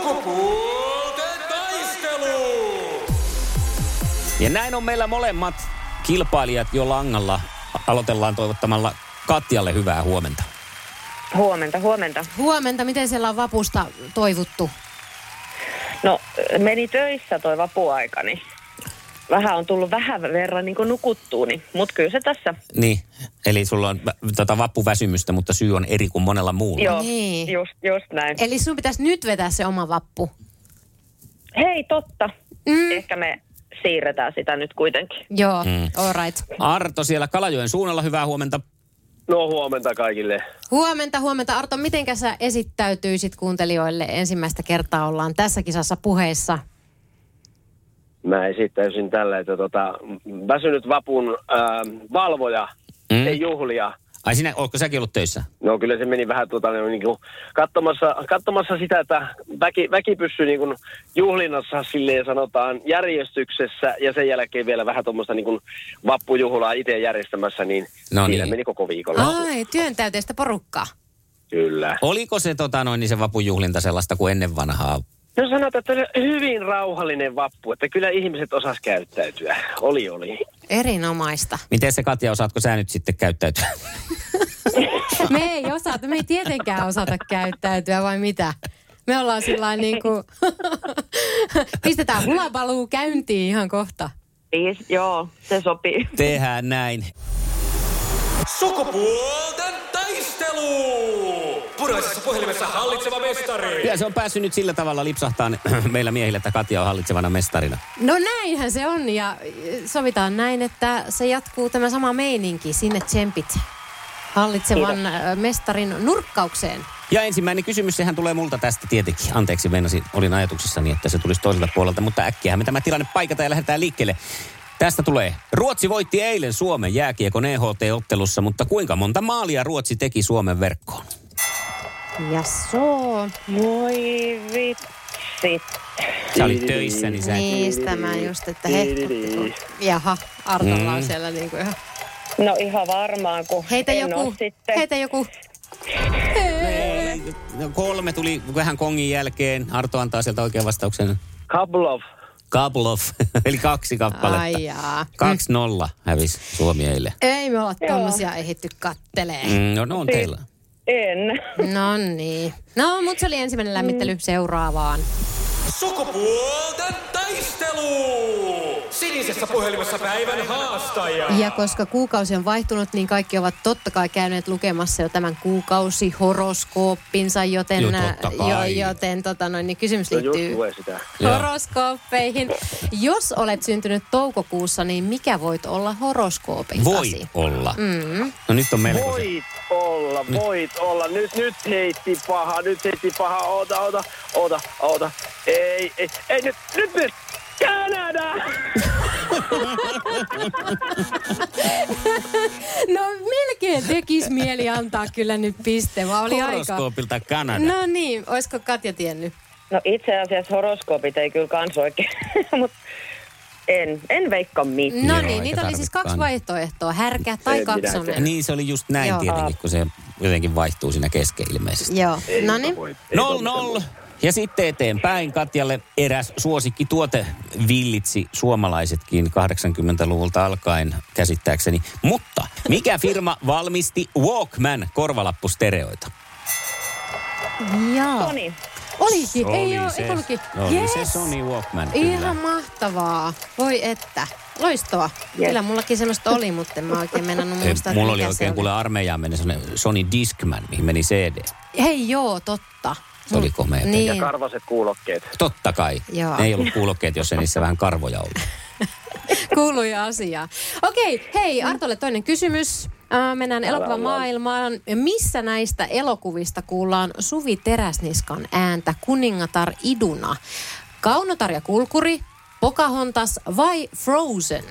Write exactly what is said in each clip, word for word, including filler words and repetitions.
Sukupuolten taistelu! Ja näin on meillä molemmat kilpailijat jo langalla. Aloitellaan toivottamalla Katjalle hyvää huomenta. Huomenta, huomenta. Huomenta, miten siellä on vapusta toivuttu? No, meni töissä toi vapuaikani. Vähän on tullut vähän verran niin kuin nukuttuuni, mutta kyllä se tässä. Niin, eli sulla on tota, vappuväsymystä, mutta syy on eri kuin monella muulla. Joo, Niin. just, just näin. Eli sun pitäisi nyt vetää se oma vappu. Hei, totta. Mm. Ehkä me siirretään sitä nyt kuitenkin. Joo, Mm. all right. Arto siellä Kalajoen suunnalla, hyvää huomenta. No huomenta kaikille. Huomenta, huomenta. Arto, mitenkä sä esittäytyisit kuuntelijoille? Ensimmäistä kertaa ollaan tässä kisassa puheissa. Mä esittäisin tällä, että tota, väsynyt vapun ää, valvoja, Mm. ei juhlia. Ai sinä, ootko säkin ollut töissä? No kyllä se meni vähän tota, niin kuin katsomassa, katsomassa sitä, että väki, väki pysyy niin kuin juhlinnassa silleen sanotaan järjestyksessä ja sen jälkeen vielä vähän tuommoista niin kuin vappujuhlaa itse järjestämässä, niin No siinä niin. meni koko viikolla. Ai, työntäyteistä porukkaa. Kyllä. Oliko se tota, noin, niin se vapujuhlinta sellaista kuin ennen vanhaa? No sanotaan, että se on hyvin rauhallinen vappu, että kyllä ihmiset osas käyttäytyä. Oli, oli. Erinomaista. Miten se Katja, osaatko sä nyt sitten käyttäytyä? Me ei osata, me ei tietenkään osata käyttäytyä, vai mitä? Me ollaan sillä niin kuin, pistetään hulabaluu käyntiin ihan kohta. Siis, joo, se sopii. Tehdään näin. Sukupuolten taistelu! Puraisessa puhelimessa hallitseva mestari. Ja se on päässyt nyt sillä tavalla lipsahtaan meillä miehillä, että Katja on hallitsevana mestarina. No näinhän se on ja sovitaan näin, että se jatkuu tämä sama meininki. Sinne tsempit hallitsevan Kiitos. mestarin nurkkaukseen. Ja ensimmäinen kysymys, sehän tulee multa tästä tietenkin. Anteeksi, meinasin, olin ajatuksissani, että se tulisi toiselta puolelta, mutta äkkiähän me tämä tilanne paikata ja lähdetään liikkeelle. Tästä tulee. Ruotsi voitti eilen Suomen jääkiekon E H T-ottelussa, mutta kuinka monta maalia Ruotsi teki Suomen verkkoon? Ja so. Voi vitsi. Sä olit töissä, niin sä... Niistä mä just, että hehkuttiko. Jaha, Artolla on Mm. siellä niinku ihan. No ihan varmaan, kun Heitä en joku, oo sitten. heitä joku. No, kolme tuli vähän kongin jälkeen. Arto antaa sieltä oikean vastauksen. Couple of. Couple of, eli kaksi kappaletta. Ai jaa. kaksi nolla hävisi Suomi eilen. Ei me olla Joo. tommosia ehditty kattelee. Mm, no, no on teillä. En. No niin. No, mut se oli ensimmäinen lämmittely seuraavaan. Sukupuolten taistelu! Sinisessä puhelimessa päivän haastaja. Ja koska kuukausi on vaihtunut, niin kaikki ovat totta kai käyneet lukemassa jo tämän kuukausihoroskooppinsa, joten, Joo, totta kai. jo, joten tota noin, niin kysymys No just liittyy lue sitä. Joo. horoskooppeihin. Jos olet syntynyt toukokuussa, niin mikä voit olla horoskoopissasi? Voi olla. Mm. No nyt on melko se. Voit olla, voit olla. Nyt, nyt heitti paha, nyt heitti paha. Oota, oota, oota, oota. Ei, ei, ei, nyt, nyt, nyt. Kanada! No melkein tekis mieli antaa kyllä nyt piste, vaan oli aika. Horoskoopilta Kanada. No niin, oisko Katja tiennyt? No itse asiassa horoskoopit ei kyllä kans oikein, mutta en, en veikkaa mitään. No Joo, niin, eikä niitä oli siis tarvitsekaan. kaksi vaihtoehtoa, härkä tai En kaksonen. minäkään. Niin, se oli just näin Joo. tietenkin, kun se jotenkin vaihtuu siinä kesken ilmeisesti. Joo, no niin. Noll noll. Ja sitten eteenpäin Katjalle eräs suosikkituote villitsi suomalaisetkin kahdeksankymmentäluvulta alkaen käsittääkseni. Mutta mikä firma valmisti Walkman-korvalappustereoita? Joo. Sony. Olikin, Oli ei ole, se. ei ollutkin. Oli Yes. se Sony Walkman, kyllä. Ihan mahtavaa. Voi että. Loistavaa. Yes. Kyllä mullakin semmoista oli, mutta en mä oikein mennänyt Ei, muistaa, mulla että oli mikä oikein se kuule armeijaan mennä sellainen Sony Discman, mihin meni C D. Hei joo, totta. Se oli komea. Ja Niin. karvaset kuulokkeet. Totta kai. Joo. Ne ei ollut kuulokkeet, jos ei niissä vähän karvoja ollut. Kuului asiaa. Okei, hei Artolle toinen kysymys. Äh, mennään elokuvamaailmaan. Missä näistä elokuvista kuullaan Suvi Teräsniskan ääntä kuningatar Iduna? Kaunotar ja Kulkuri, Pocahontas vai Frozen?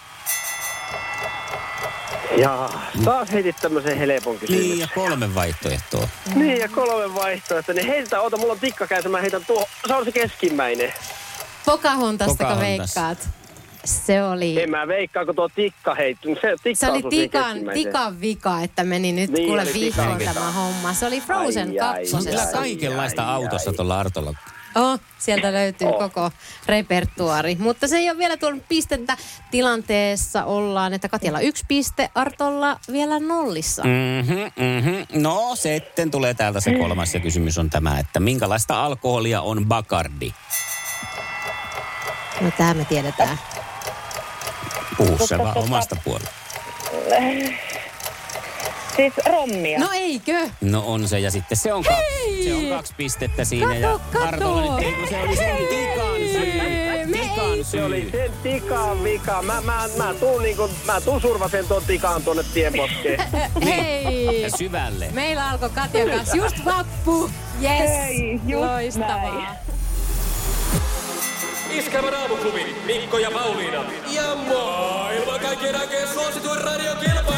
Jaa, taas heitit tämmöisen helpon kysymyksen. Niin, ja kolme vaihtoehtoa. Niin, ja kolme vaihtoehtoa. Niin heitetään, oota, mulla on tikka kädessä, mä heitän tuo. Se on se keskimmäinen. Pocahontasstako Pocahontas. veikkaat? Se oli... En mä veikkaa, kun tuo tikka heitti. Se, tikka Se oli osui siihen tikan, keskimmäiseen. tikan vika, että meni nyt Niin, kuule oli vihkoon tikan tämä vika. homma. Se oli Frozen Ai, ai, Se on kyllä kakkosessa. ai. kaikenlaista ai, autossa ai. tuolla Artolla. Oh, sieltä löytyy Oh. koko repertuari. Mutta se ei ole vielä tuon pistettä. Tilanteessa ollaan, että Katjalla yksi piste, Artolla vielä nollissa. Mhm, mhm. No, sitten tulee täältä se kolmas ja kysymys on tämä, että minkälaista alkoholia on Bacardi? No tää me tiedetään. Puhu se vaan omasta puolesta. Siis rommia. No eikö? No on se, ja sitten se on, kaksi, se on kaksi pistettä siinä. Kato, ja kato. Artolla nyt ei, kun se oli sen tikan syy. Me ei- Tikan Se oli syy. sen tikan vika. Mä, mä, mä tuun niinku, mä tuun survasen ton tikaan tuonne tienposkeen. Hei! Ja syvälle. Meillä alkoi Katjan kanssa just vappu. Yes! Hei, just Loistavaa. näin. Iskelmän aamuklubi, Mikko ja Pauliina. Ja maailman kaikkien aikeen suosituen radiokilpailu.